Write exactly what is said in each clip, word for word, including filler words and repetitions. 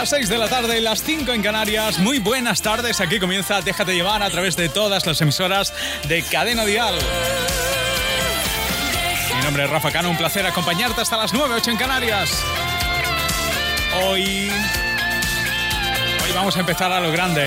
Las seis de la tarde, las cinco en Canarias. Muy buenas tardes, aquí comienza Déjate Llevar a través de todas las emisoras de Cadena Dial. Mi nombre es Rafa Cano, un placer acompañarte hasta las nueve, ocho en Canarias. Hoy... Hoy vamos a empezar a lo grande.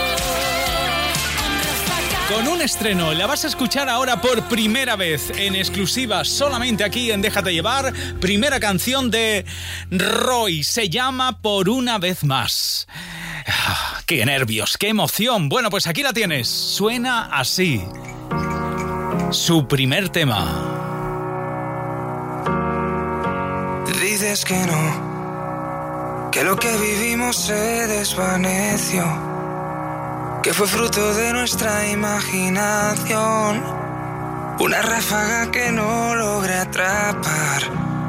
Con un estreno, la vas a escuchar ahora por primera vez, en exclusiva, solamente aquí en Déjate Llevar. Primera canción de Roy, se llama Por una vez más. Ah, ¡qué nervios, qué emoción! Bueno, pues aquí la tienes, suena así. Su primer tema. Dices que no, que lo que vivimos se desvaneció, que fue fruto de nuestra imaginación, una ráfaga que no logré atrapar.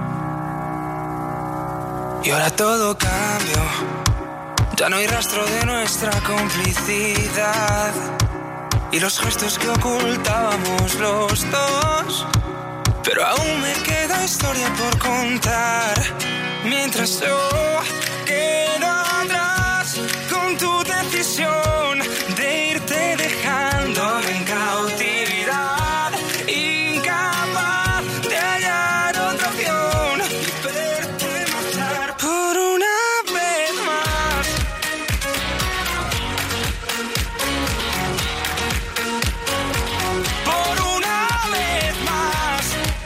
Y ahora todo cambió, ya no hay rastro de nuestra complicidad, y los gestos que ocultábamos los dos, pero aún me queda historia por contar, mientras yo quedo atrás con tu decisión de irte dejándome en cautividad, incapaz de hallar otra opción y verte marchar por una vez más. Por una vez más.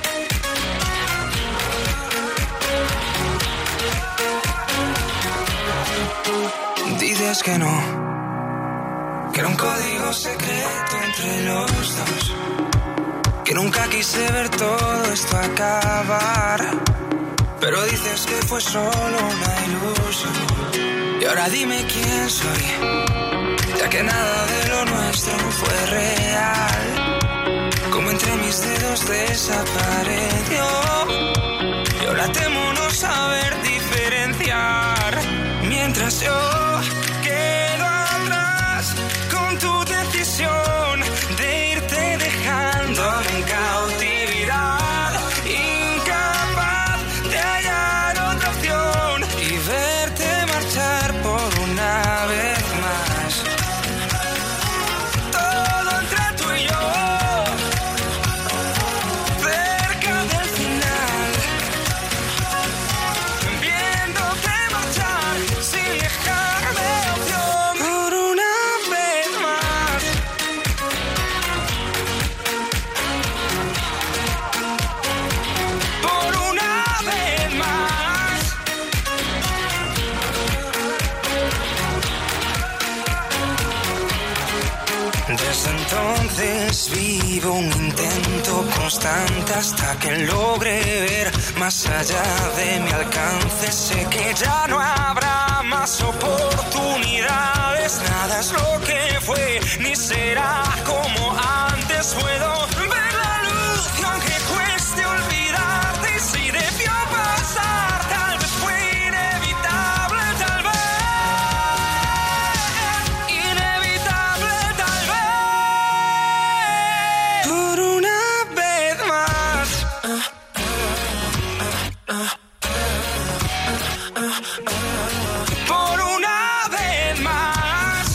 Dices que no, que era un código secreto entre los dos, que nunca quise ver todo esto acabar, pero dices que fue solo una ilusión. Y ahora dime quién soy, ya que nada de lo nuestro fue real, como entre mis dedos desapareció, y ahora temo no saber diferenciar, mientras yo quedo atrás con tu decisión de irte dejándome en cautividad, incapaz de hallar otra opción y verte marchar por una vez más. Todo entre tú y yo, cerca del final, viéndote marchar sin dejarme opción por una vez más. Por una vez más. Desde entonces vivo un intento constante hasta que logre ver más allá de mi alcance. Sé que ya no habrá más oportunidades, nada es lo que fue ni será como antes. Puedo ver la luz y aunque cueste olvidarte, y si debió pasar, tal vez fue inevitable, tal vez inevitable, tal vez por una vez más. Por una vez más.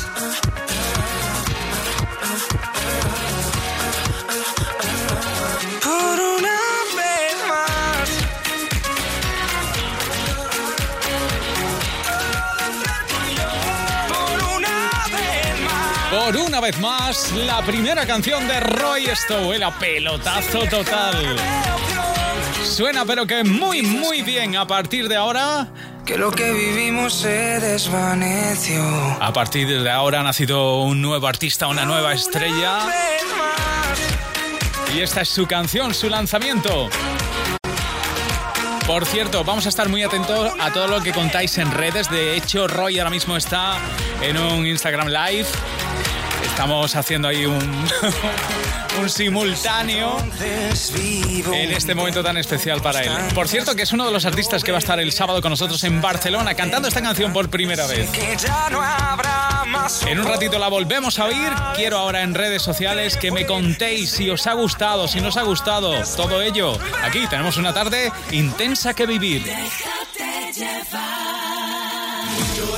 Por una vez más. Por una vez más. Por una vez más, la primera canción de Roy Stowe, el pelotazo total. Suena pero que muy, muy bien. A partir de ahora... Que lo que vivimos se desvaneció. A partir de ahora ha nacido un nuevo artista, una nueva estrella. Y esta es su canción, su lanzamiento. Por cierto, vamos a estar muy atentos a todo lo que contáis en redes. De hecho, Roy ahora mismo está en un Instagram Live. Estamos haciendo ahí un, un simultáneo en este momento tan especial para él. Por cierto, que es uno de los artistas que va a estar el sábado con nosotros en Barcelona cantando esta canción por primera vez. En un ratito la volvemos a oír. Quiero ahora en redes sociales que me contéis si os ha gustado, si no os ha gustado todo ello. Aquí tenemos una tarde intensa que vivir. Déjate llevar.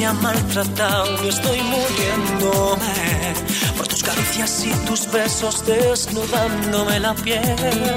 ha maltratado y estoy muriéndome por tus caricias y tus besos desnudándome la piel.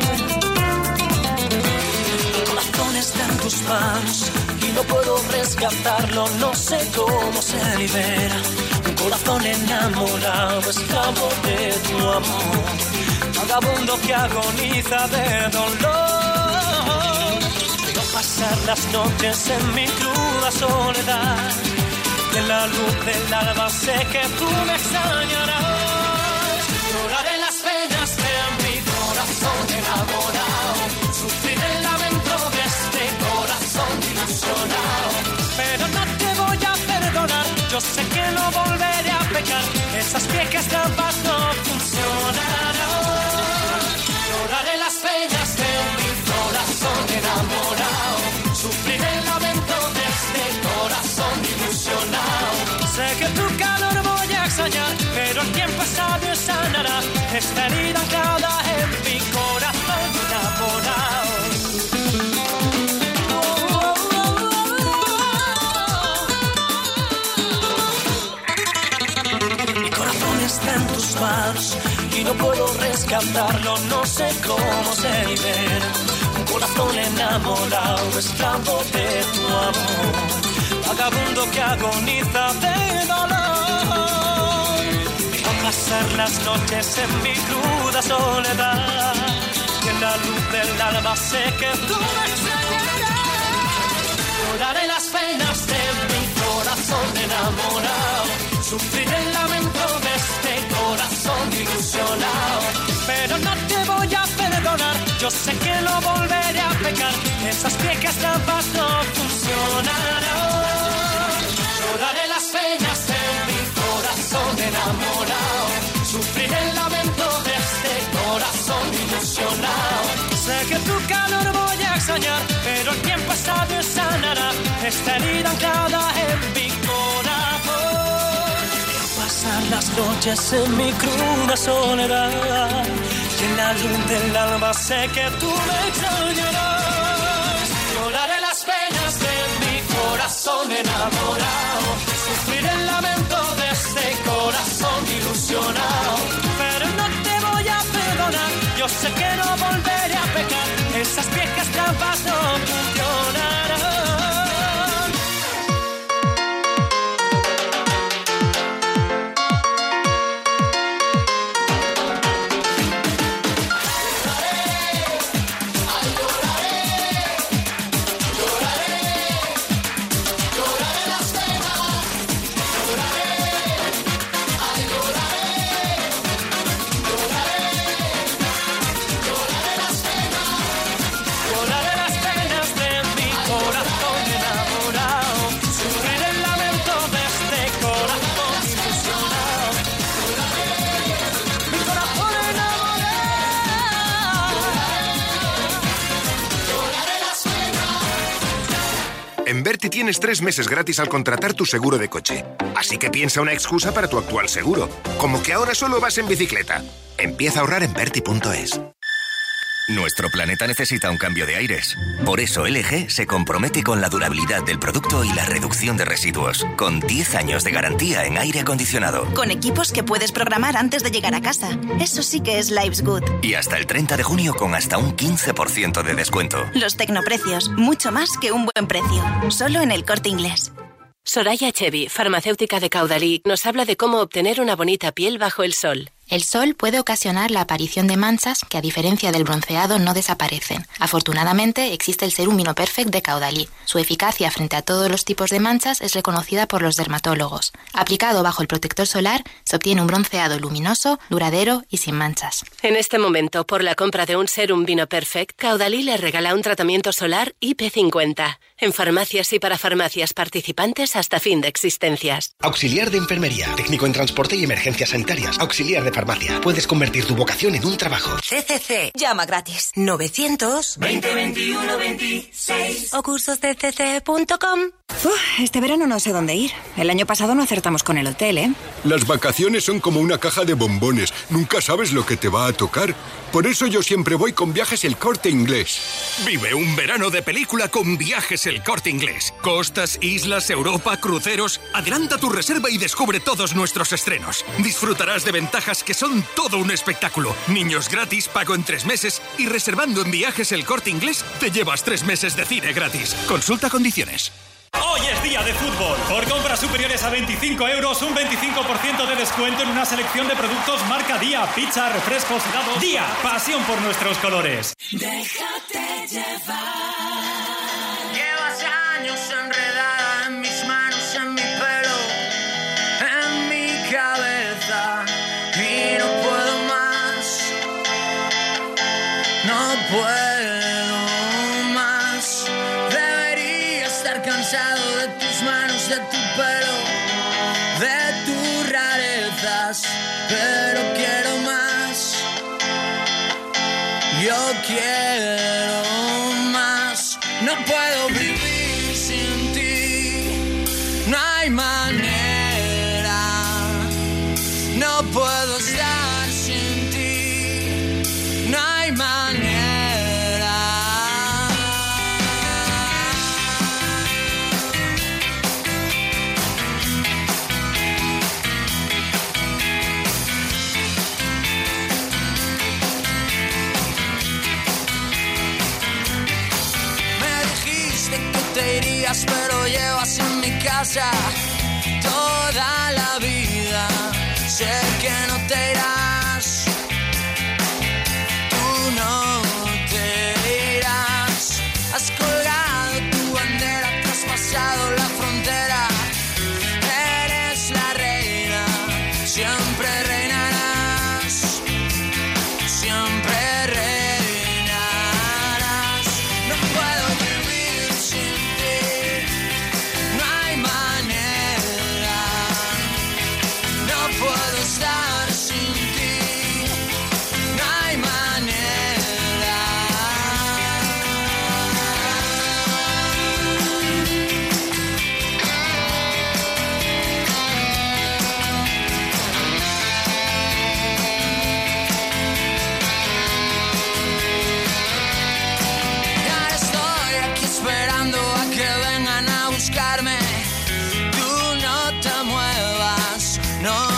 Mi corazón está en tus manos y no puedo rescatarlo, no sé cómo se libera. Un corazón enamorado, esclavo de tu amor, vagabundo que agoniza de dolor. Veo pasar las noches en mi cruda soledad, y en la luz del alba sé que tú me extrañarás. Lloraré las penas de mi corazón enamorado, sufriré el lamento de este corazón ilusionado, pero no te voy a perdonar, yo sé que no volveré a pecar, esas viejas trampas no funcionarán. Lloraré las penas de mi corazón enamorado, sufriré el lamento de este corazón ilusionado. Sé que tu calor voy a extrañar, pero el tiempo sabio sanará esta herida anclada en mi corazón enamorado. Mi corazón está en tus manos y no puedo rescatarlo, no sé cómo se libera. Un corazón enamorado, esclavo de tu amor, vagabundo que agoniza de dolor. Dejo pasar las noches en mi cruda soledad, y en la luz del alba sé que tú me extrañarás. Lloraré las penas de mi corazón enamorado, sufriré el lamento de este corazón ilusionado, pero no te voy a perdonar, yo sé que no volveré a pecar, esas viejas trampas no funcionarán. Lloraré las penas de mi corazón enamorado, sufriré el lamento de este corazón ilusionado. Sé que tu calor voy a extrañar, pero el tiempo sabio sanará esta herida anclada en mi corazón. Dejo pasar las noches en mi cruda soledad, y en la luz del alba sé que tú me extrañarás. Lloraré las penas de mi corazón enamorado, sufriré el lamento de este corazón ilusionado, pero no te voy a perdonar, yo sé que no volveré a pecar, esas viejas trampas no funcionarán. En Berti tienes tres meses gratis al contratar tu seguro de coche. Así que piensa una excusa para tu actual seguro. Como que ahora solo vas en bicicleta. Empieza a ahorrar en Berti punto es. Nuestro planeta necesita un cambio de aires. Por eso L G se compromete con la durabilidad del producto y la reducción de residuos, con diez años de garantía en aire acondicionado. Con equipos que puedes programar antes de llegar a casa. Eso sí que es Life's Good. Y hasta el treinta de junio con hasta un quince por ciento de descuento. Los tecnoprecios, mucho más que un buen precio. Solo en El Corte Inglés. Soraya Chevy, farmacéutica de Caudalí, nos habla de cómo obtener una bonita piel bajo el sol. El sol puede ocasionar la aparición de manchas que, a diferencia del bronceado, no desaparecen. Afortunadamente, existe el Serum Perfect de Caudalí. Su eficacia frente a todos los tipos de manchas es reconocida por los dermatólogos. Aplicado bajo el protector solar, se obtiene un bronceado luminoso, duradero y sin manchas. En este momento, por la compra de un Serum Perfect, Caudalí le regala un tratamiento solar I P cincuenta. En farmacias y para farmacias participantes hasta fin de existencias. Auxiliar de enfermería, técnico en transporte y emergencias sanitarias, auxiliar de farmacia. Puedes convertir tu vocación en un trabajo. C C C. Llama gratis. novecientos veinte veintiuno veintiséis o cursos de c c punto com. Uf, este verano no sé dónde ir. El año pasado no acertamos con el hotel, ¿eh? Las vacaciones son como una caja de bombones. Nunca sabes lo que te va a tocar. Por eso yo siempre voy con Viajes El Corte Inglés. Vive un verano de película con Viajes El Corte Inglés. Costas, islas, Europa, cruceros. Adelanta tu reserva y descubre todos nuestros estrenos. Disfrutarás de ventajas que son todo un espectáculo. Niños gratis, pago en tres meses y reservando en Viajes El Corte Inglés te llevas tres meses de cine gratis. Consulta condiciones. Hoy es día de fútbol. Por compras superiores a veinticinco euros, un veinticinco por ciento de descuento en una selección de productos marca Día. Pizza, refrescos, helados. Día, pasión por nuestros colores. Déjate llevar. Llevas años enredada en mis manos, en mi pelo, en mi cabeza. Y no puedo más. No puedo. Cansado de tus manos, de tu pelo, de tus rarezas, pero quiero más. Yo quiero más. No puedo vivir sin ti. No hay manera. No puedo estar sin ti. No hay manera. Te irías, pero llevas en mi casa toda la vida. Sé que no te irás, tú no te irás. Has colgado tu bandera, traspasado la frontera. Eres la reina, siempre reinarás, siempre reinarás. No puedo vivir sin puedo estar sin ti, no hay manera. Ya estoy aquí esperando a que vengan a buscarme. Tú no te muevas, no.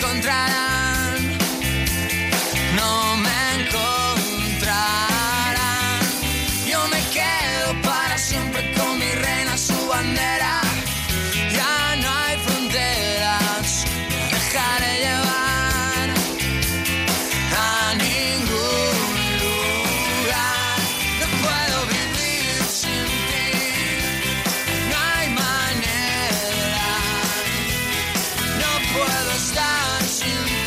No me encontrarán. Yo me quedo para siempre con mi reina, su bandera. Ya no hay fronteras, me dejaré llevar a ningún lugar. No puedo vivir sin ti, no hay manera. No puedo estar sin ti.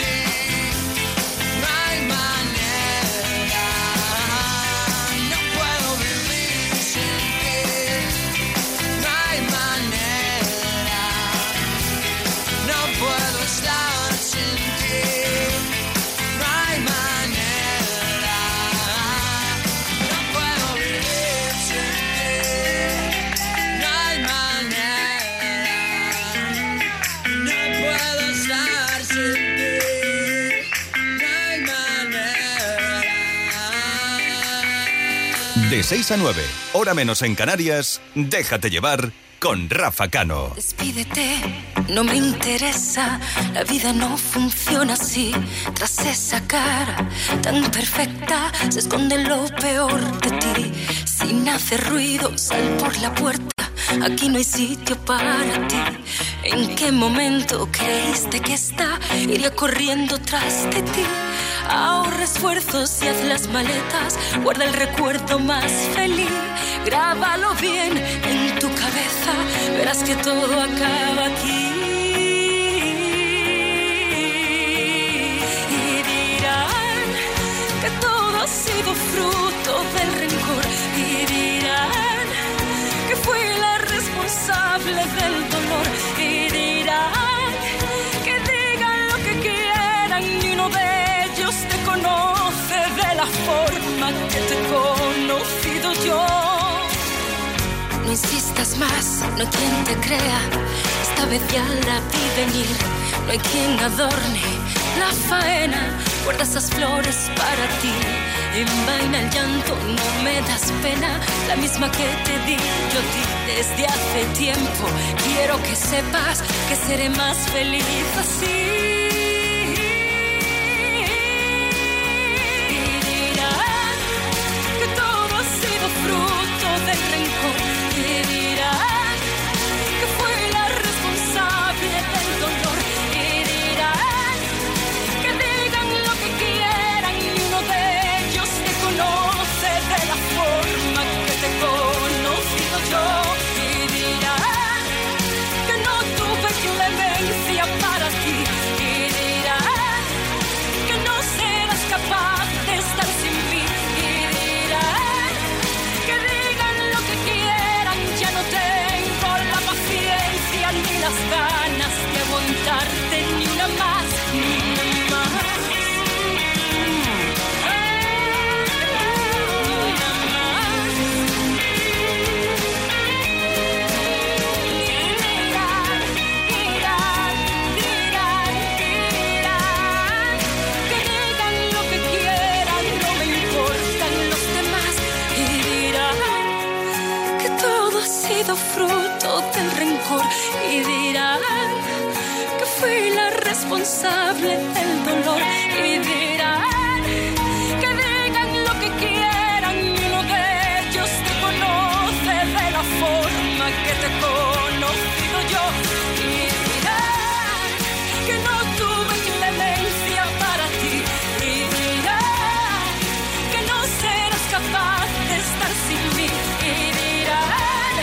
De seis a nueve, hora menos en Canarias, déjate llevar con Rafa Cano. Despídete, no me interesa, la vida no funciona así. Tras esa cara tan perfecta se esconde lo peor de ti. Sin hacer ruido, sal por la puerta, aquí no hay sitio para ti. ¿En qué momento creíste que esta iría corriendo tras de ti? Ahorra esfuerzos y haz las maletas, guarda el recuerdo más feliz. Grábalo bien en tu cabeza, verás que todo acaba aquí. Y dirán que todo ha sido fruto del rencor. Y dirán que fui la responsable del dolor. Y dirán que digan lo que quieran y no de forma que te he conocido yo. No insistas más, no hay quien te crea, esta vez ya la vi venir. No hay quien adorne la faena, guarda esas flores para ti. Envaina el llanto, no me das pena, la misma que te di, yo di desde hace tiempo. Quiero que sepas que seré más feliz así. Y dirán que todo ha sido fruto del rencor. Y dirán que fui la responsable del dolor. Y dirán que digan lo que quieran y uno de ellos te conoce de la forma que te he conocido yo. Y dirán que no tuve clemencia para ti. Y dirán que no serás capaz de estar sin mí. Y dirán que digan lo que quieran, ya no tengo la paciencia ni las ganas de aguantarte ni una más, ni una más. Fruto del rencor y dirán que fui la responsable del dolor. Y dirán que digan lo que quieran y uno de ellos te conoce de la forma que te he conocido yo. Y dirán que no tuve clemencia para ti. Y dirán que no serás capaz de estar sin mí. Y dirán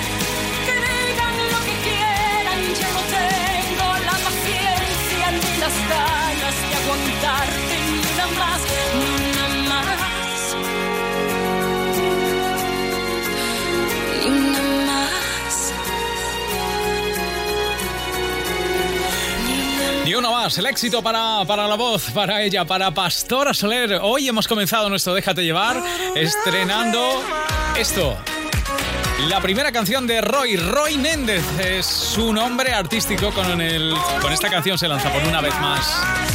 las ganas de aguantarte ni una más, ni una más, ni una más, ni una más. El éxito para, para la voz, para ella, para Pastora Soler. Hoy hemos comenzado nuestro Déjate Llevar estrenando esto. La primera canción de Roy, Roy Méndez, es su nombre artístico. Con, el, con esta canción se lanza por una vez más.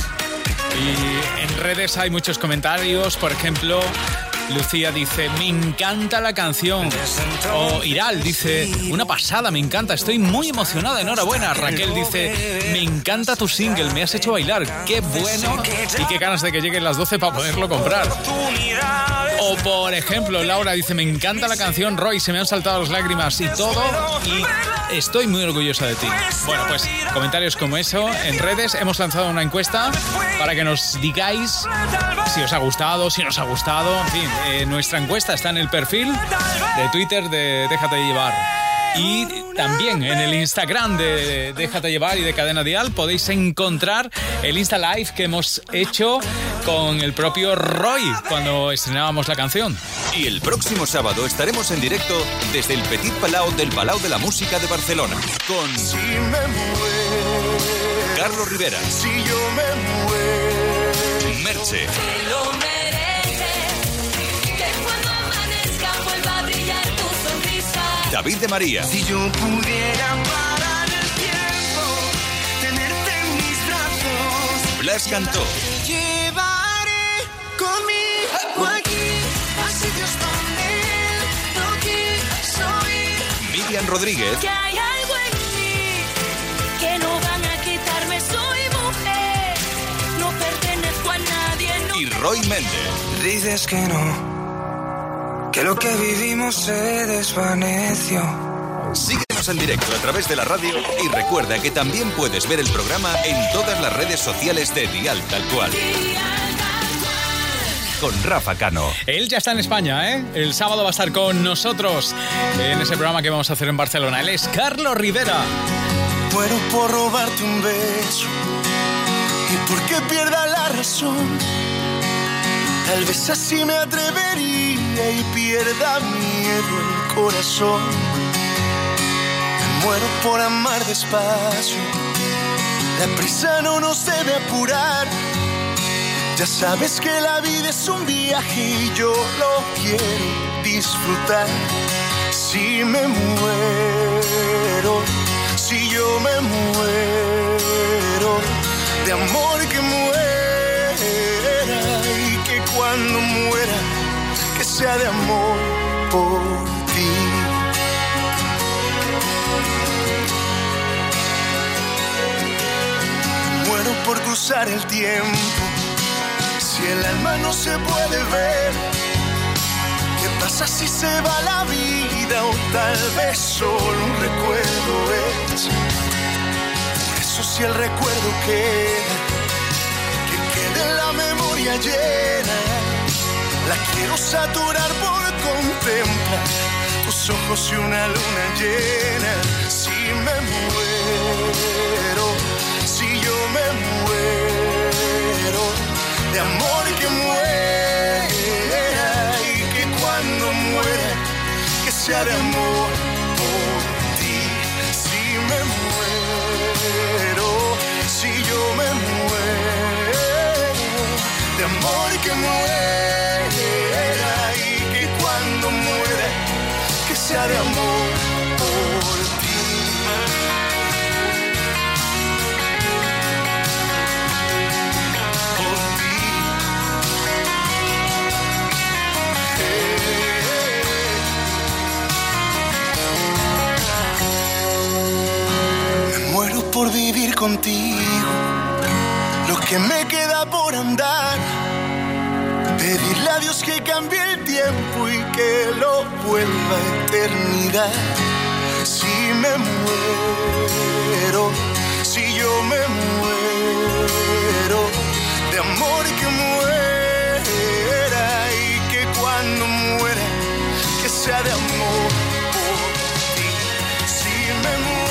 Y en redes hay muchos comentarios. Por ejemplo, Lucía dice, me encanta la canción. O Iral dice, una pasada, me encanta, estoy muy emocionada, enhorabuena. Raquel dice, me encanta tu single, me has hecho bailar, qué bueno. Y qué ganas de que lleguen las doce para poderlo comprar. O por ejemplo, Laura dice, me encanta la canción, Roy, se me han saltado las lágrimas y todo, y estoy muy orgullosa de ti. Bueno, pues comentarios como eso en redes. Hemos lanzado una encuesta para que nos digáis si os ha gustado, si no os ha gustado. En fin, eh, nuestra encuesta está en el perfil de Twitter de Déjate Llevar. Y también en el Instagram de Déjate Llevar y de Cadena Dial podéis encontrar el Insta Live que hemos hecho con el propio Roy cuando estrenábamos la canción. Y el próximo sábado estaremos en directo desde el Petit Palau del Palau de la Música de Barcelona con si me muero, Carlos Rivera, si yo me muero, Merche, David de María, si yo pudiera parar el tiempo, tenerte en mis brazos, Blas cantó, te llevaré conmigo aquí, a sitios donde no quiso ir. Miriam Rodríguez, que hay algo en mí que no van a quitarme, soy mujer, no pertenezco a nadie, no. Y Roy Méndez. Dices que no, que lo que vivimos se desvaneció. Síguenos en directo a través de la radio y recuerda que también puedes ver el programa en todas las redes sociales de Dial Tal Cual. Con Rafa Cano. Él ya está en España, ¿eh? El sábado va a estar con nosotros en ese programa que vamos a hacer en Barcelona. Él es Carlos Rivera. Muero por robarte un beso y porque pierda la razón. Tal vez así me atrevería y pierda miedo el corazón. Me muero por amar despacio. La prisa no nos debe apurar. Ya sabes que la vida es un viaje y yo lo quiero disfrutar. Si me muero, si yo me muero, de amor que muera, y que cuando muera, que sea de amor por ti. Muero por cruzar el tiempo, si el alma no se puede ver. ¿Qué pasa si se va la vida o tal vez solo un recuerdo es? Por eso si el recuerdo queda, que quede en la memoria llena. La quiero saturar por contemplar tus ojos y una luna llena. Si me muero, si yo me muero, de amor que muera, y que cuando muera, que sea de amor por ti. Si me muero, si yo me muero, de amor que muera, y que cuando muera, que sea de amor por ti. Por vivir contigo, lo que me queda por andar, pedirle a Dios que cambie el tiempo y que lo vuelva a eternidad. Si me muero, si yo me muero, de amor que muera, y que cuando muera, que sea de amor por ti. Si me muero,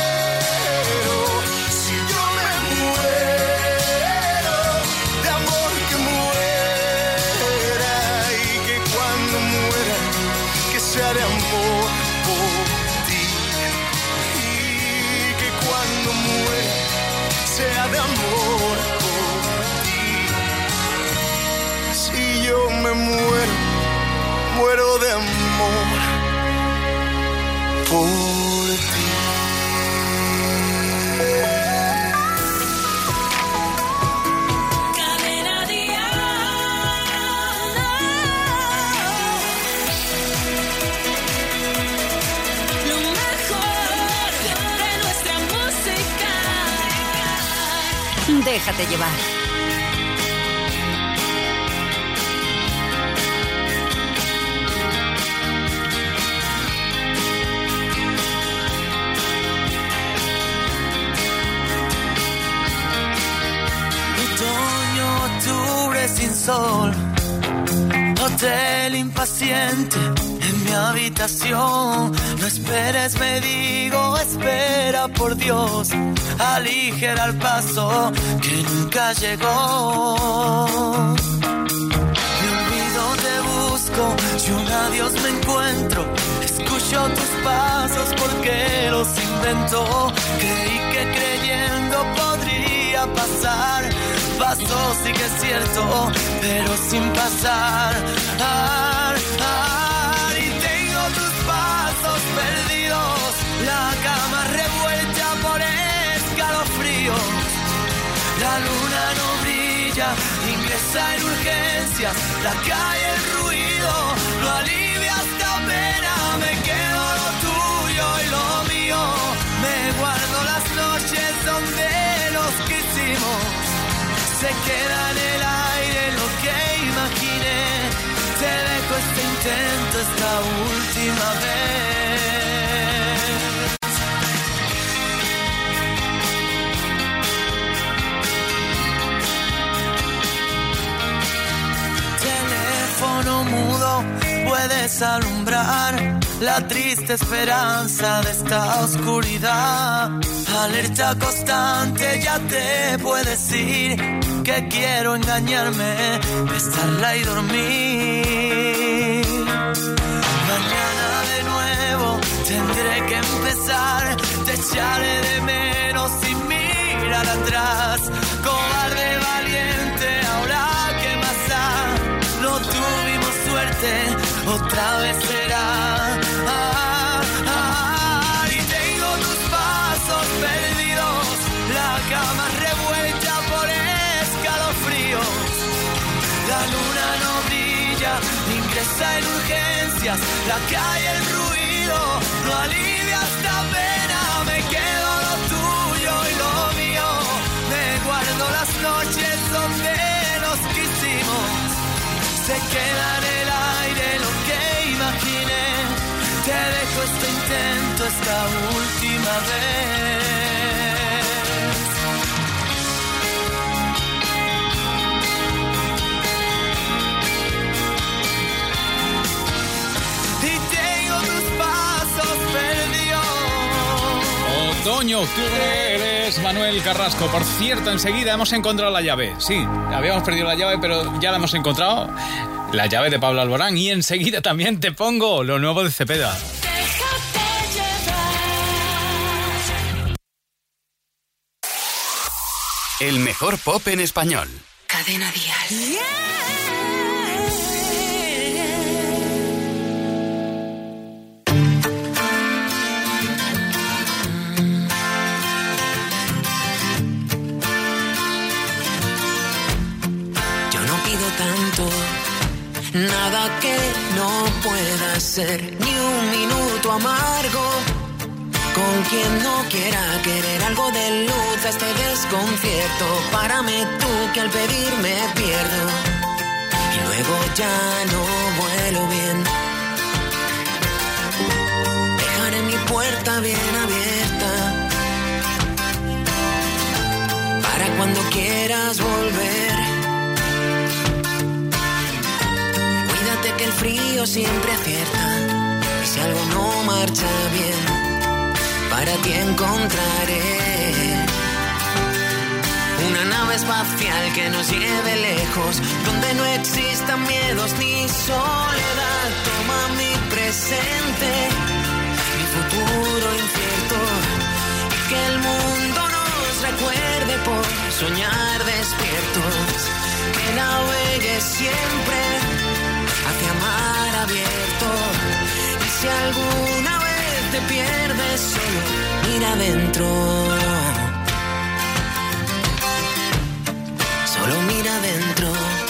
sea de amor por ti, y que cuando muera sea de amor por ti. Si yo me muero, muero de amor por ti. Déjate llevar. Otoño, octubre sin sol, hotel impaciente en mi habitación. No esperes, me digo, espera por Dios. Aligera el paso que nunca llegó. Mi olvido te busco, y un adiós me encuentro. Escucho tus pasos porque los invento. Creí que creyendo podría pasar. Pasó, sí que es cierto, pero sin pasar. Ah, ah, y tengo tus pasos perdidos, la cama revuelta por escalofríos. La luna no brilla, ingresa en urgencias. La calle, el ruido, lo alivia esta pena. Me quedo lo tuyo y lo mío. Me guardo las noches donde nos quisimos. Se queda en el aire lo que imaginé. Te dejo este intento esta última vez. Teléfono mudo, puedes alumbrar la triste esperanza de esta oscuridad. Alerta constante, ya te puedes ir. Que quiero engañarme, besarla y dormir. Mañana de nuevo tendré que empezar. Te echaré de menos sin mirar atrás. Cobarde valiente, ahora olvidarte otra vez será. Ah, ah, y tengo tus pasos perdidos, la cama revuelta por escalofríos. La luna no brilla, ingresa en urgencias, la calle, el ruido, no alivia esta pena. Me quedo lo tuyo y lo mío, me guardo las noches donde nos quisimos. Se queda en el aire lo que imaginé, te dejo este intento esta última vez. Otoño, octubre, eres Manuel Carrasco. Por cierto, enseguida hemos encontrado la llave. Sí, habíamos perdido la llave, pero ya la hemos encontrado. La llave de Pablo Alborán. Y enseguida también te pongo lo nuevo de Cepeda. El mejor pop en español. Cadena Dial. Yeah. Nada que no pueda ser, ni un minuto amargo. Con quien no quiera querer algo de luz a este desconcierto. Párame tú que al pedir me pierdo y luego ya no vuelo bien. Dejaré mi puerta bien abierta para cuando quieras volver. Que el frío siempre acierta y si algo no marcha bien, para ti encontraré una nave espacial que nos lleve lejos, donde no existan miedos ni soledad. Toma mi presente, mi futuro incierto, y que el mundo nos recuerde por soñar despiertos, que navegues siempre hacia mar abierto. Y si alguna vez te pierdes, solo mira adentro. Solo mira adentro.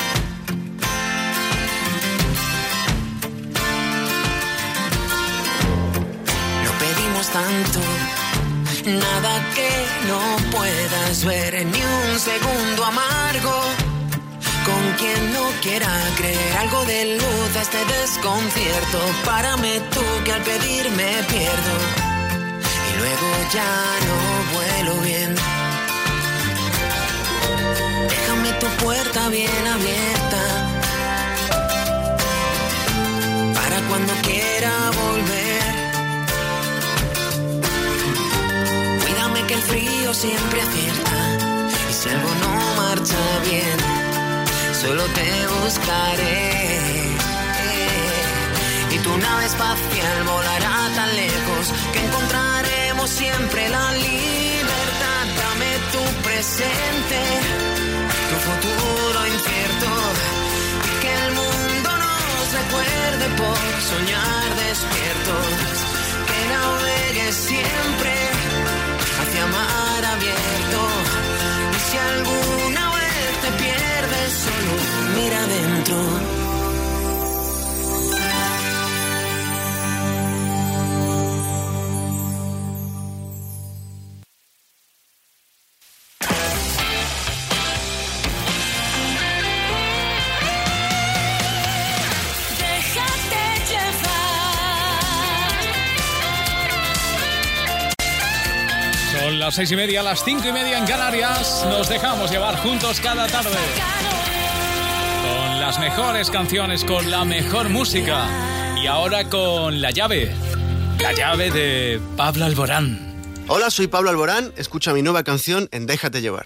No pedimos tanto, nada que no puedas ver, ni un segundo amargo. Con quien no quiera creer algo de luz a este desconcierto. Párame tú que al pedir me pierdo y luego ya no vuelo bien. Déjame tu puerta bien abierta para cuando quiera volver. Cuídame que el frío siempre acierta y si algo no marcha bien, solo te buscaré, y tu nave espacial volará tan lejos que encontraremos siempre la libertad. Dame tu presente, tu futuro incierto, y que el mundo nos recuerde por soñar despiertos, que navegues siempre hacia mar abierto. Y si alguna vez te pierdes, solo mira adentro. Déjate llevar. Son las seis y media, las cinco y media en Canarias. Nos dejamos llevar juntos cada tarde con las mejores canciones, con la mejor música. Y ahora con La Llave, La Llave de Pablo Alborán. Hola, soy Pablo Alborán, escucha mi nueva canción en Déjate Llevar.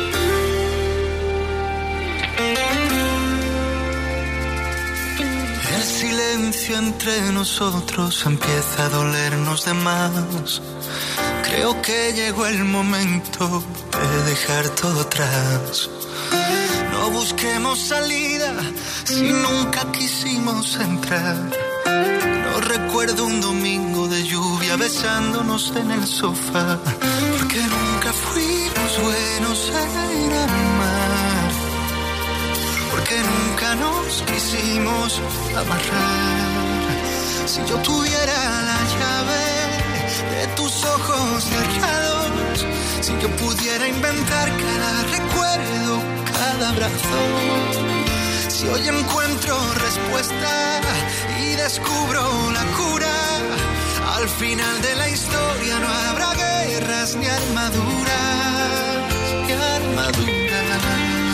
El silencio entre nosotros empieza a dolernos de más. Creo que llegó el momento de dejar todo atrás. No busquemos salida si nunca quisimos entrar. No recuerdo un domingo de lluvia besándonos en el sofá, porque nunca fuimos buenos en amar, porque nunca nos quisimos amarrar. Si yo tuviera la llave de tus ojos cerrados, si yo pudiera inventar cada recuerdo, cada abrazo, si hoy encuentro respuesta y descubro la cura, al final de la historia no habrá guerras ni armaduras, ni armaduras.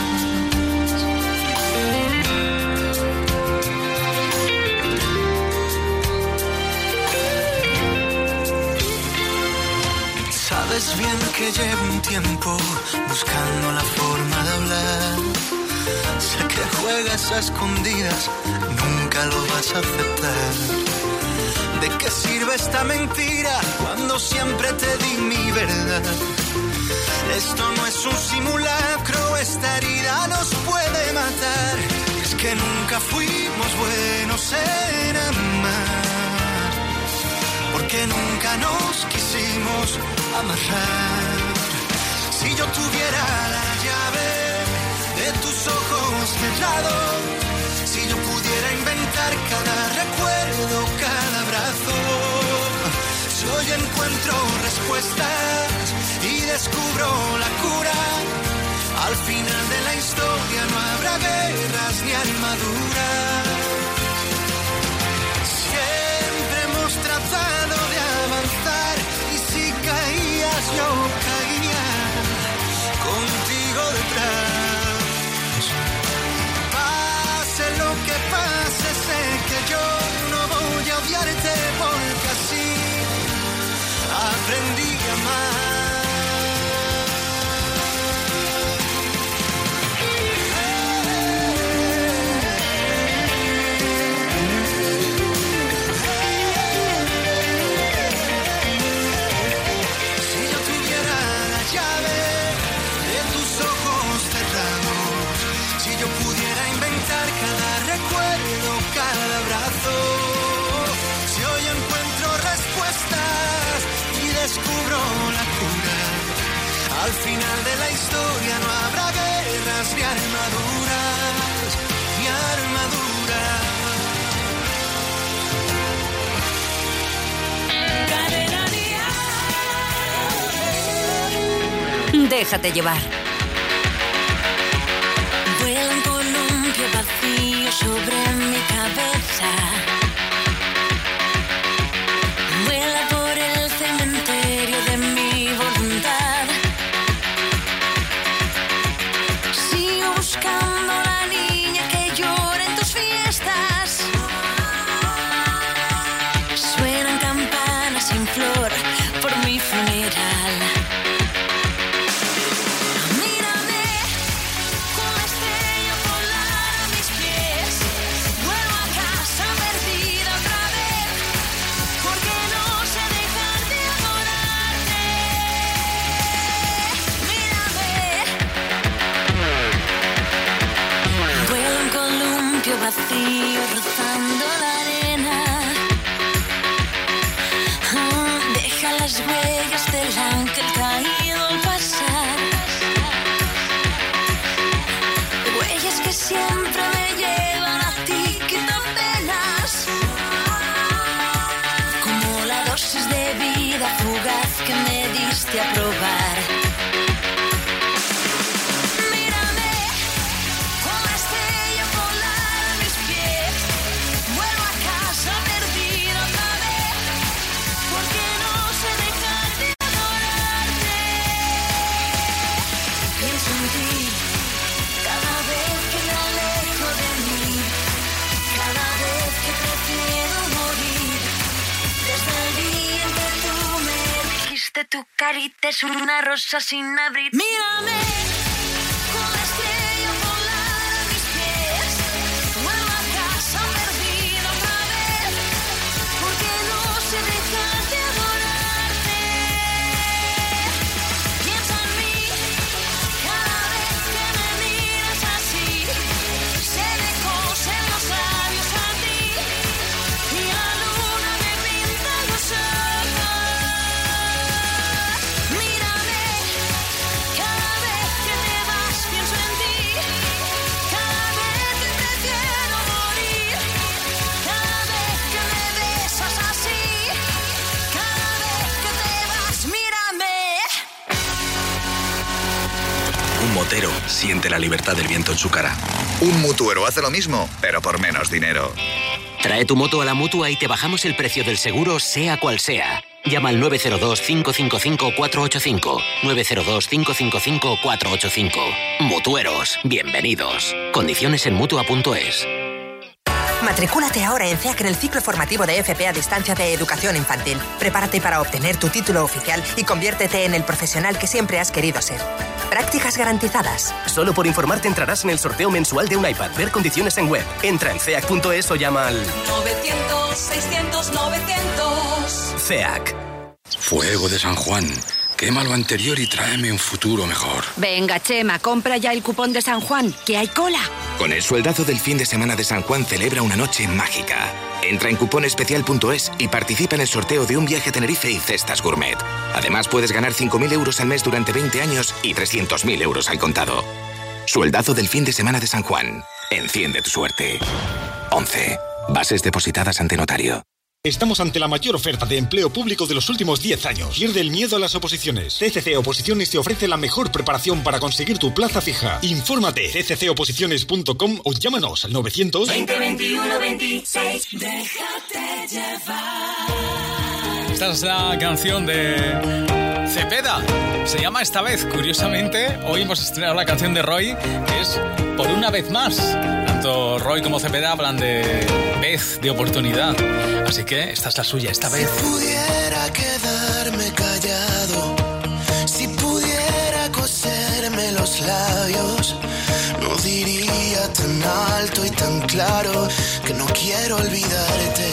Sabes bien que llevo un tiempo buscando la forma de hablar. Sé que juegas a escondidas, nunca lo vas a aceptar. ¿De qué sirve esta mentira cuando siempre te di mi verdad? Esto no es un simulacro, esta herida nos puede matar. Es que nunca fuimos buenos en amar, porque nunca nos quisimos amarrar. Si yo tuviera la llave de tus ojos cerrados, si yo pudiera inventar cada recuerdo, cada abrazo, si hoy encuentro respuestas y descubro la cura, al final de la historia no habrá guerras ni armaduras. Siempre hemos tratado de avanzar y si caías yo caía contigo detrás. Pase lo que pase, sé que yo no voy a odiarte porque así aprendí a amar. Cada abrazo, si hoy encuentro respuestas y descubro la cura, al final de la historia no habrá guerras ni armaduras, ni armaduras. Déjate llevar. Vuela un columpio vacío sobre mi cabeza. Vuela por el cementerio de mi voluntad. Sigo buscando a la niña que llora en tus fiestas. Suenan campanas sin flor por mi funeral. Vacío rozando la arena, oh, deja las huellas del ángel caído al pasar, huellas que siempre me llevan a ti, quitan penas, como la dosis de vida fugaz que me diste a probar. Tu carita es una rosa sin abrir. Mírame, con la estrella polar a mis pies. Vuelvo a casa perdida otra vez, porque no sé dejar de adorarte. Piensa en mí cada vez que me miras así. Motero siente la libertad del viento en su cara. Un mutuero hace lo mismo, pero por menos dinero. Trae tu moto a la Mutua y te bajamos el precio del seguro, sea cual sea. Llama al nueve cero dos, cinco cinco cinco, cuatro ocho cinco. nueve cero dos, cinco cinco cinco, cuatro ocho cinco. Mutueros, bienvenidos. Condiciones en mutua punto es. Matricúlate ahora en C E A C en el ciclo formativo de F P a distancia de educación infantil. Prepárate para obtener tu título oficial y conviértete en el profesional que siempre has querido ser. Prácticas garantizadas. Solo por informarte entrarás en el sorteo mensual de un iPad. Ver condiciones en web. Entra en ceac punto es o llama al novecientos, seiscientos, novecientos. C E A C. Fuego de San Juan. Quema lo anterior y tráeme un futuro mejor. Venga, Chema, compra ya el cupón de San Juan, que hay cola. Con el sueldazo del fin de semana de San Juan celebra una noche mágica. Entra en cupón especial punto es y participa en el sorteo de un viaje a Tenerife y cestas gourmet. Además puedes ganar cinco mil euros al mes durante veinte años y trescientos mil euros al contado. Sueldazo del fin de semana de San Juan. Enciende tu suerte. once. Bases depositadas ante notario. Estamos ante la mayor oferta de empleo público de los últimos diez años. Pierde el miedo a las oposiciones. C C C Oposiciones te ofrece la mejor preparación para conseguir tu plaza fija. Infórmate c c c oposiciones punto com o llámanos al novecientos veinte, veintiuno, veintiséis. Déjate llevar. Esta es la canción de Cepeda. Se llama Esta Vez. Curiosamente, hoy hemos estrenado la canción de Roy, que es Por una vez más. Tanto Roy como Cepeda hablan de vez, de oportunidad. Así que esta es la suya, Esta Vez. Si pudiera quedarme callado, si pudiera coserme los labios, no diría tan alto y tan claro que no quiero olvidarte.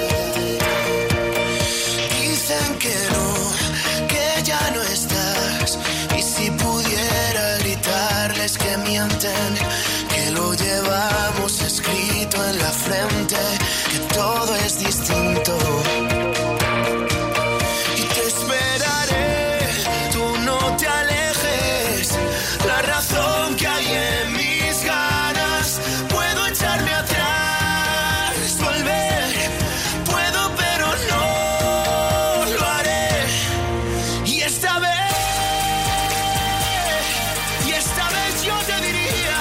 Dicen que no, que ya no estás, y si pudiera gritarles que mienten, que lo llevamos escrito en la frente, que todo es distinto. Y te esperaré, tú no te alejes, la razón que hay en mis ganas, puedo echarme atrás, volver, puedo pero no lo haré. Y esta vez, y esta vez yo te diría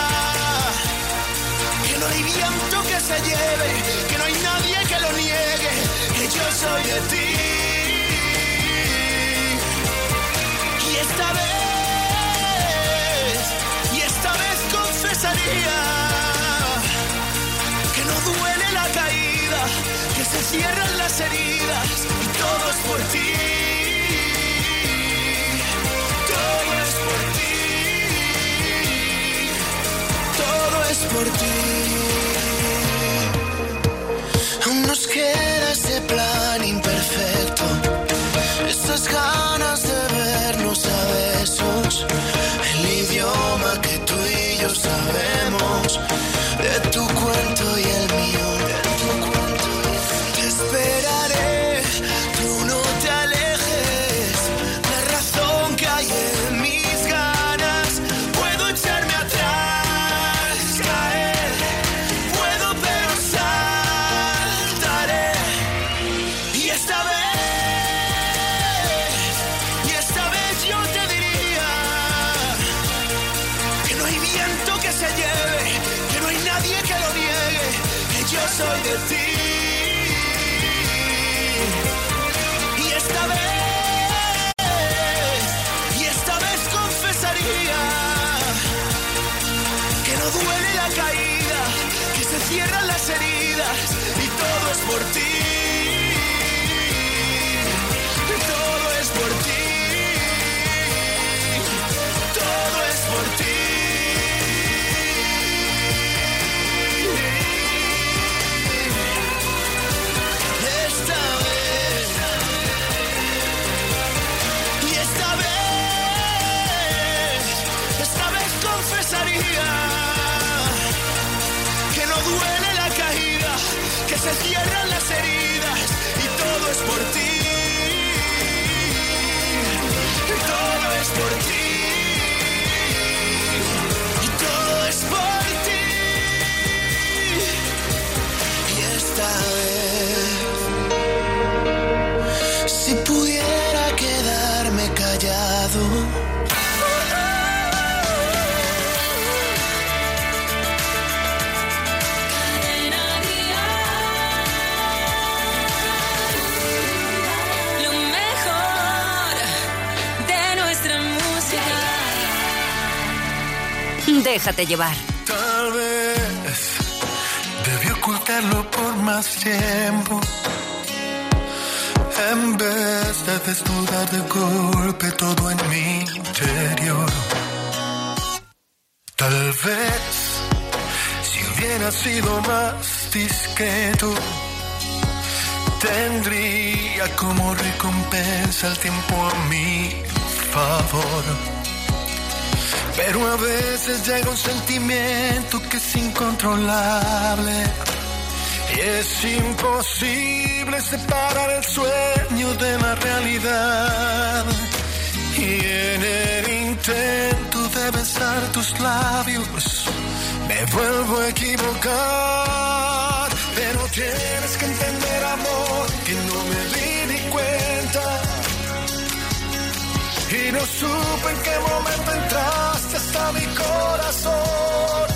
que no hay viento que se lleve, que no hay nadie que lo niegue, que yo soy de ti. Y esta vez, y esta vez confesaría que no duele la caída, que se cierran las heridas y todo es por ti. Todo es por ti. Todo es por ti. Aún nos queda ese plan imperfecto, esas ganas de vernos a besos, el idioma que tú y yo sabemos, de tu cuento y el mío, de tu cuento y el mío. Te esperaré, tú no te alejes, la razón que hay en mis ganas, puedo echarme atrás, caer, puedo pero saltaré. Y esta vez, y esta vez yo te diría que no hay viento que se lleve, que no hay nadie que lo niegue, que yo soy de ti. Y esta vez, y esta vez confesaría que no duele la caída, que se cierran las heridas y todo es por ti. Todo es por ti. Todo es por ti. Esta vez, y esta vez, esta vez confesaría que no duele la caída, que se cierran las heridas y todo es por ti. Todo es por ti. Y todo es por ti. Y esta vez, si pudiera quedarme callado, Déjate llevar. Tal vez debí ocultarlo por más tiempo, en vez de desnudar de golpe todo en mi interior. Tal vez si hubiera sido más discreto, tendría como recompensa el tiempo a mi favor. Pero a veces llega un sentimiento que es incontrolable y es imposible separar el sueño de la realidad. Y en el intento de besar tus labios me vuelvo a equivocar. Pero tienes que entender, amor, que no me di ni cuenta y no supe en qué momento entraste hasta mi corazón.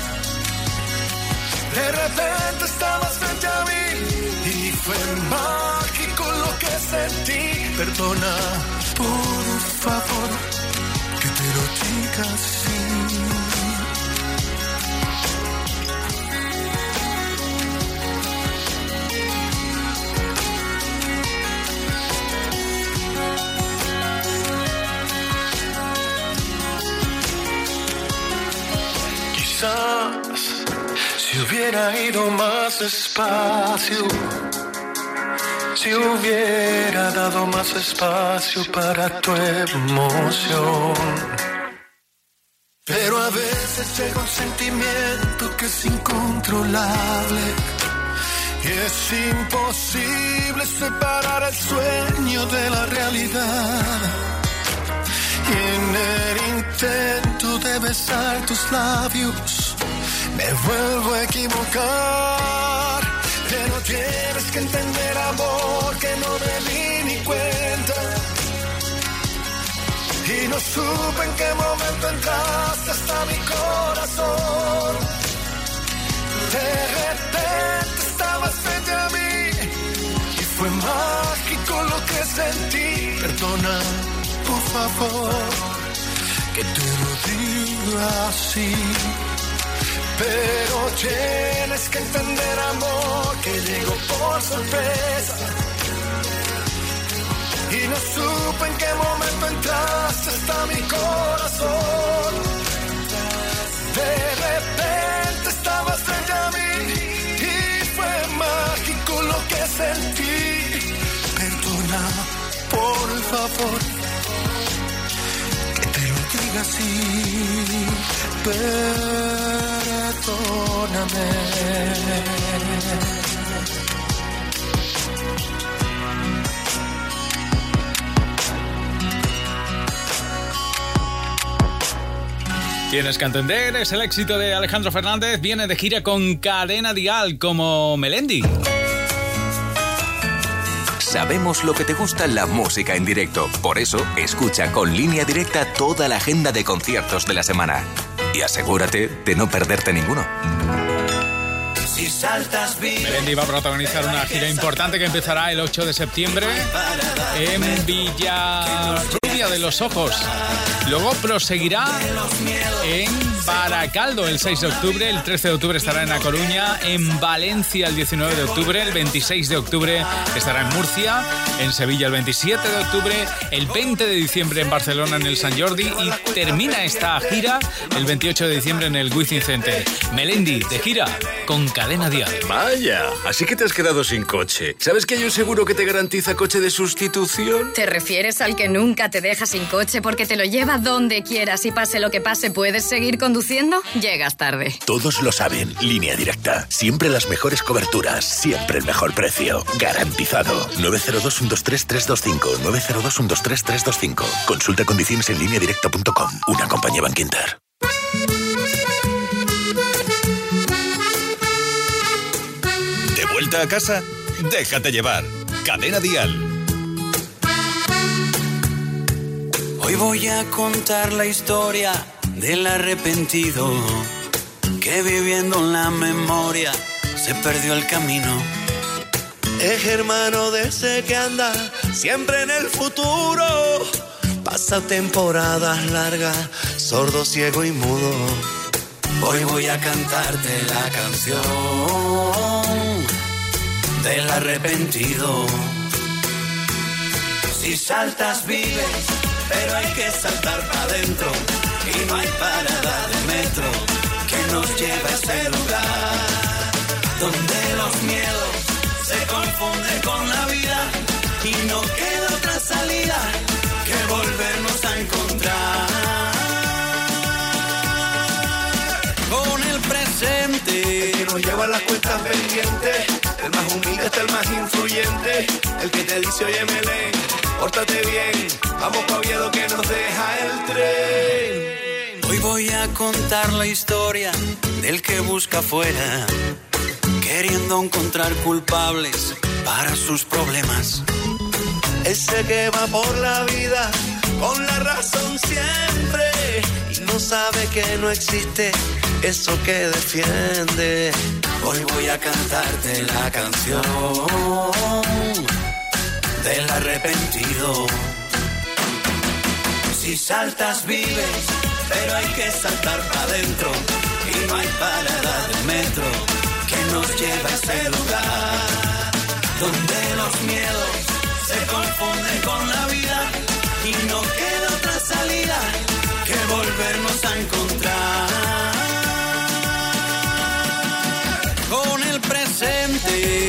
De repente estabas frente a mí y fue mágico lo que sentí. Perdona, por favor, que te lo diga así. Si hubiera ido más despacio, si hubiera dado más espacio para tu emoción. Pero a veces llega un sentimiento que es incontrolable y es imposible separar el sueño de la realidad. Y en el intento de besar tus labios me vuelvo a equivocar. Pero tienes que entender, amor, que no me di ni cuenta y no supe en qué momento entraste hasta mi corazón. De repente estabas frente a mí y fue mágico lo que sentí. Perdona, por favor, que te lo diga así. Pero tienes que entender, amor, que llegó por sorpresa y no supe en qué momento entraste hasta mi corazón. De repente estabas frente a mí y fue mágico lo que sentí. Perdona, por favor, que te lo diga así. Perdóname. Tienes que entender, es el éxito de Alejandro Fernández. Viene de gira con Cadena Dial como Melendi. Sabemos lo que te gusta la música en directo. Por eso, escucha con Línea Directa toda la agenda de conciertos de la semana. Y asegúrate de no perderte ninguno. Si saltas bien. Melendi va a protagonizar una gira importante que empezará el ocho de septiembre en Villarrubia de los Ojos. Luego proseguirá en Baracaldo el seis de octubre, el trece de octubre estará en A Coruña, en Valencia el diecinueve de octubre, el veintiséis de octubre estará en Murcia, en Sevilla el veintisiete de octubre, el veinte de diciembre en Barcelona en el Sant Jordi y termina esta gira el veintiocho de diciembre en el Wizzing Center. Melendi de gira con Cadena Dial. Vaya, así que te has quedado sin coche. ¿Sabes que hay un seguro que te garantiza coche de sustitución? ¿Te refieres al que nunca te deja sin coche porque te lo lleva donde quieras y pase lo que pase puedes seguir conduciendo? Llegas tarde. Todos lo saben. Línea Directa. Siempre las mejores coberturas. Siempre el mejor precio. Garantizado. nueve cero dos, uno dos tres, tres dos cinco. nueve cero dos, uno dos tres, tres dos cinco. Consulta condiciones en línea directa punto com. Una compañía Bankinter. ¿De vuelta a casa? Déjate llevar. Cadena Dial. Hoy voy a contar la historia del arrepentido que viviendo en la memoria se perdió el camino. Es hermano de ese que anda siempre en el futuro. Pasa temporadas largas, sordo, ciego y mudo. Hoy voy a cantarte la canción del arrepentido. Si saltas vives, pero hay que saltar para adentro. Y no hay parada de metro que nos lleve a ese lugar donde los miedos se confunden con la vida y no queda otra salida que volvernos a encontrar con el presente. El que nos lleva las cuentas pendientes, el más humilde hasta el más influyente, el que te dice oye Melén, pórtate bien, vamos pa' Oviedo que nos deja el tren. Hoy voy a contar la historia del que busca afuera, queriendo encontrar culpables para sus problemas. Ese que va por la vida con la razón siempre y no sabe que no existe eso que defiende. Hoy voy a cantarte la canción del arrepentido. Si saltas vives, pero hay que saltar para adentro y no hay parada de metro que nos lleve a ese lugar donde los miedos se confunden con la vida y no queda otra salida que volvernos a encontrar con el presente.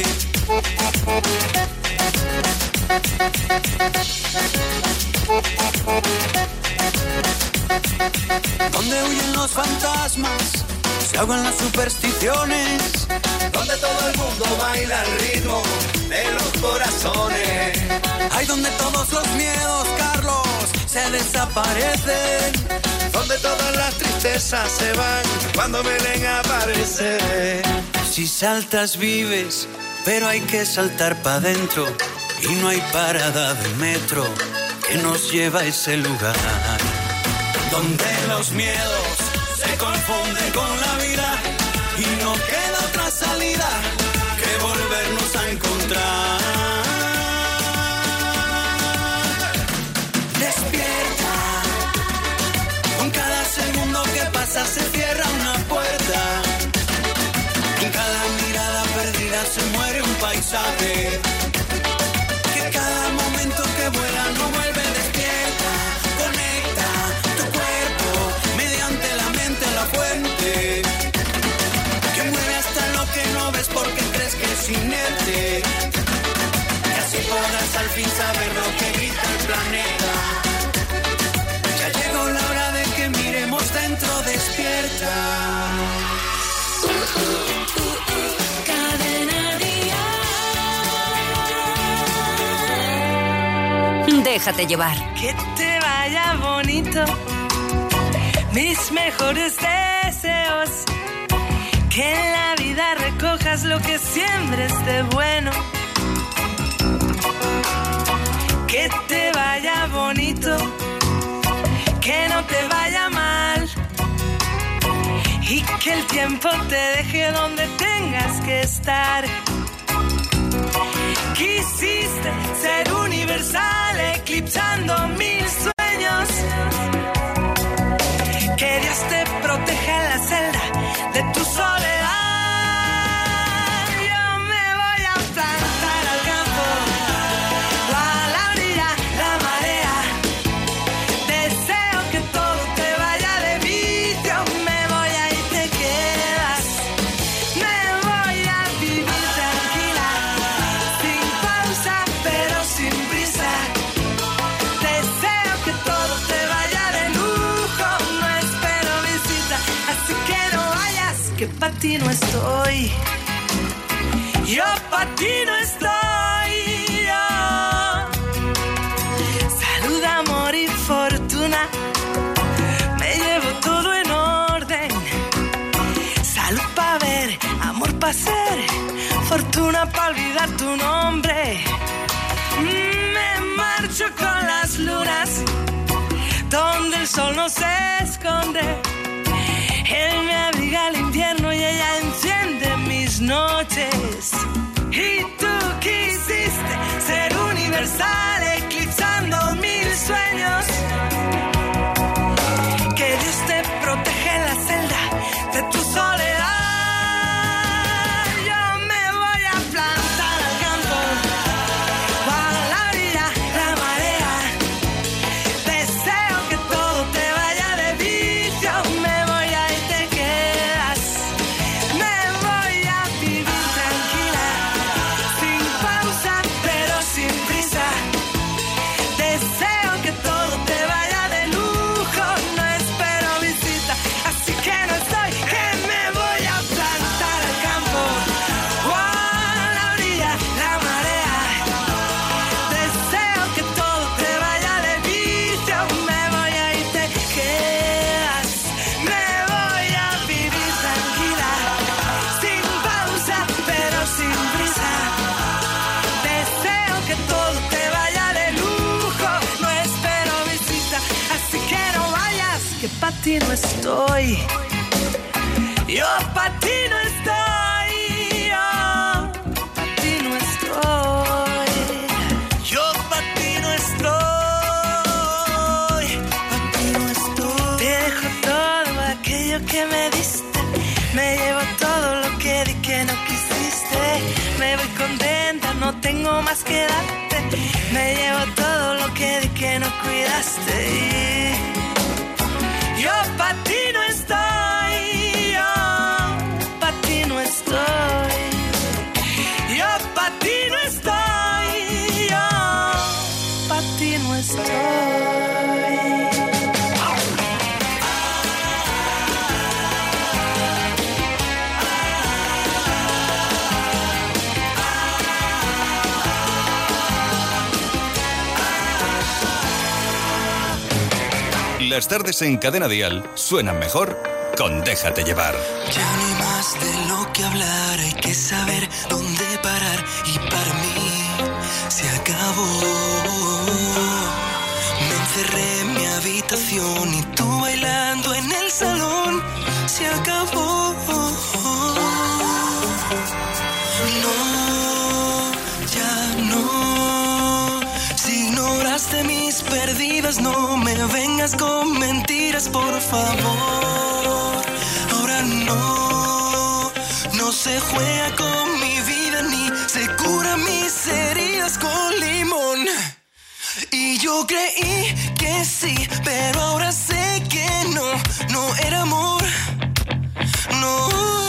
Donde huyen los fantasmas, se ahogan las supersticiones, donde todo el mundo baila al ritmo de los corazones. Hay donde todos los miedos, Carlos, se desaparecen, donde todas las tristezas se van cuando Belén aparece. Si saltas vives, pero hay que saltar para adentro y no hay parada de metro que nos lleva a ese lugar donde los miedos se confunden con la vida y no queda otra salida que volvernos a encontrar. Despierta, con cada segundo que pasa se cierra una puerta, en cada mirada perdida se muere un paisaje, que cada momento que vuela no vuelve. Despierta, conecta tu cuerpo mediante la mente a la fuente, que mueve hasta lo que no ves porque crees que es inerte, y así podrás al fin saber lo que grita el planeta. Ya llegó la hora de que miremos dentro. Despierta. Déjate llevar. Que te vaya bonito, mis mejores deseos, que en la vida recojas lo que siembres de bueno. Que te vaya bonito, que no te vaya mal, y que el tiempo te deje donde tengas que estar. Quisiste ser universal, eclipsando mil sueños. Que Dios te proteja en la celda de tu soledad. Yo me voy a plantar al campo, o a la orilla, la marea. Deseo que todo te vaya de vicio. Me voy a ir, te quedas. Me voy a vivir tranquila, sin pausa, pero sin prisa. Deseo que todo te vaya de lujo. No espero visita, así que no vayas, que pa' ti no estoy. Yo pa' ti no estoy. Yo. Salud, amor y fortuna, me llevo todo en orden. Salud pa' ver, amor pa' ser, fortuna pa' olvidar tu nombre. Me marcho con las lunas, donde el sol no se esconde. Él me abriga el invierno y ella enciende mis noches. Y tú quisiste ser universal, eclipsando mil sueños. Que Dios te proteja en la celda de ti no estoy. Yo pa' ti no estoy. Yo pa' ti no estoy. Yo pa' ti no estoy. Pa' ti no estoy. Te dejo todo aquello que me diste. Me llevo todo lo que di que no quisiste. Me voy contenta, no tengo más que darte. Me llevo todo lo que di que no cuidaste. Yo pa' ti no estoy. Yo pa' ti no estoy. Yo pa' ti no estoy. Yo pa' ti no estoy. Las tardes en Cadena Dial suenan mejor con Déjate Llevar. Ya no hay más de lo que hablar, hay que saber dónde parar y para mí se acabó. Me encerré en mi habitación y tú bailando en el salón, se acabó. No, ya no. Si ignoraste mis perdidas, no me vengas con mentiras, por favor. Ahora no, no se juega con mi vida ni se cura mis heridas con limón. Y yo creí que sí, pero ahora sé que no, no era amor. No.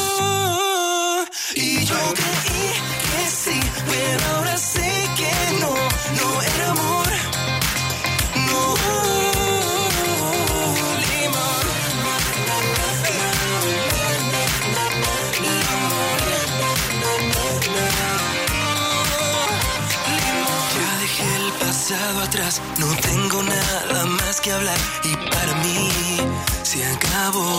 Y yo creí que sí, pero ahora sé que no, no era amor. No. Ya dejé el pasado atrás, no tengo nada más que hablar y para mí se acabó.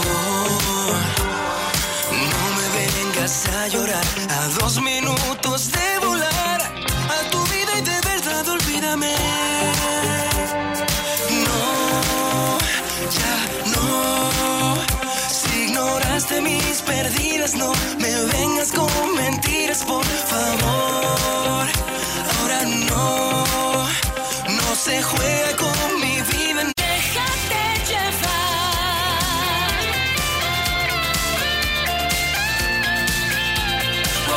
No me vengas a llorar a dos minutos de volar a tu vida y de verdad olvídame. No, ya no. Si ignoraste mis perdidas, no me vengas con mentiras, por favor. Ahora no, no se juega con mi vida. Déjate llevar. Oh,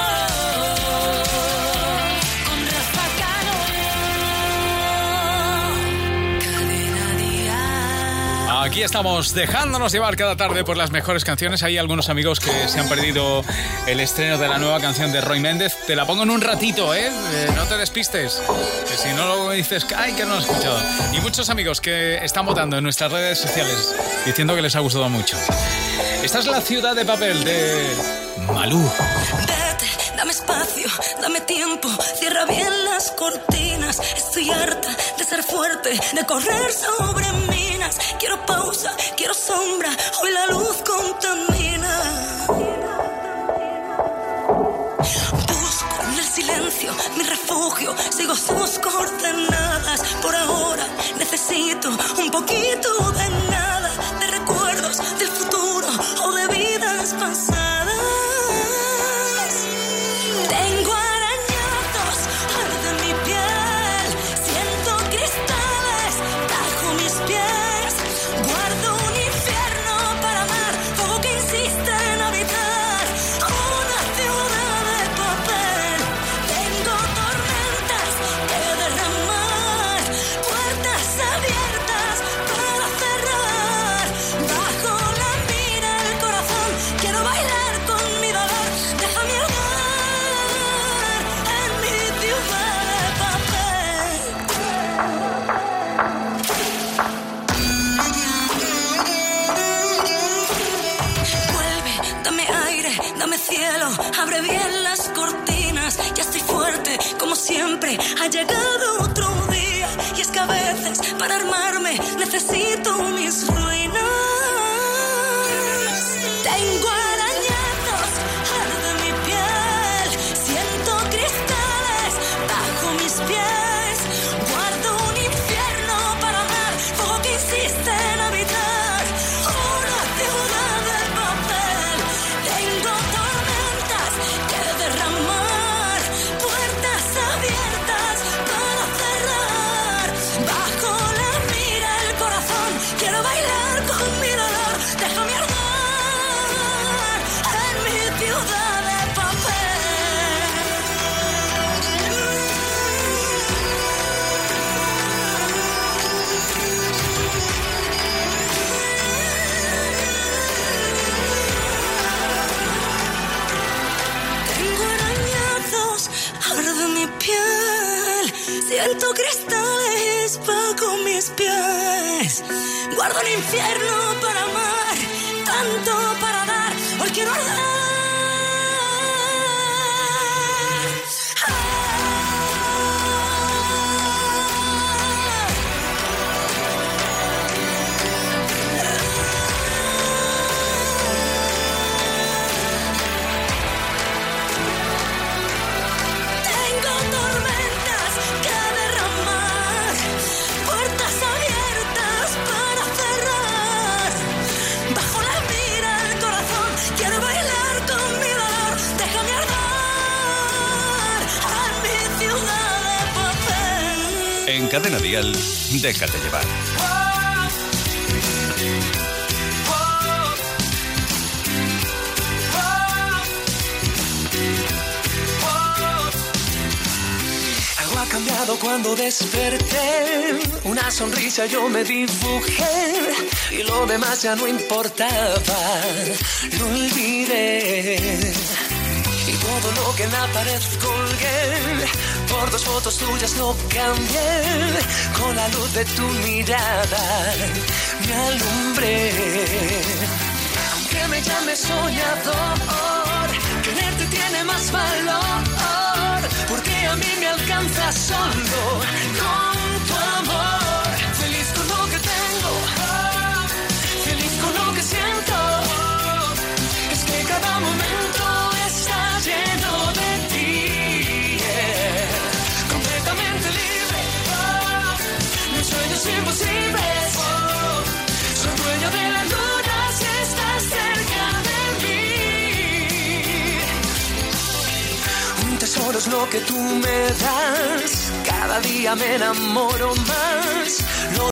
con Rafa Cano. Cadena Dial. Aquí estamos dejándonos llevar cada tarde por las mejores canciones. Hay algunos amigos que se han perdido el estreno de la nueva canción de Roy Méndez. Te la pongo en un ratito, ¿eh? eh no te despistes. Que si no lo dices, ¡ay, que no lo he escuchado! Y muchos amigos que están votando en nuestras redes sociales diciendo que les ha gustado mucho. Esta es La Ciudad de Papel de Malú. Vete, dame espacio, dame tiempo, cierra bien las cortinas. Estoy harta de ser fuerte, de correr sobre minas. Quiero pausa, quiero sombra, hoy la luz contamina. Busco en el silencio mi refugio, sigo sus coordenadas. Por ahora necesito un poquito de nada, de recuerdos del futuro o de vidas pasadas. Tengo arañazos, arde mi piel, siento cristales bajo mis pies. Guardo un infierno para amar, fuego que insiste en habitar una ciudad de papel. Tengo tormentas que derramar, puertas abiertas para cerrar. Bajo la mira el corazón, quiero bailar con mi dolor. Déjame ahogar en mi ciudad de papel. Vuelve, dame aire, dame cielo, abre bien las cortinas. Ya estoy fuerte, como siempre, ha llegado otro día. Y es que a veces, para armarme, necesito mis ruinas. Tengo arañazos, arde mi piel, siento cristales bajo mis pies. Guardo un infierno para amar, fuego que insiste en habitar pies. Guardo el infierno para amar, tanto para dar, hoy quiero arder. En Cadena Dial, déjate llevar. Algo ha cambiado cuando desperté, una sonrisa yo me dibujé y lo demás ya no importaba, lo olvidé. Y todo lo que en la pared colgué, por dos fotos tuyas lo cambié, con la luz de tu mirada me alumbré. Aunque me llames soñador, quererte tiene más valor, porque a mí me alcanza solo con tu amor. Feliz con lo que tengo, feliz con lo que siento, es que cada momento está lleno de ti, yeah. Completamente libre, oh, mis sueños imposibles, oh, soy dueño de la luna si estás cerca de mí. Un tesoro es lo que tú me das, cada día me enamoro más, lo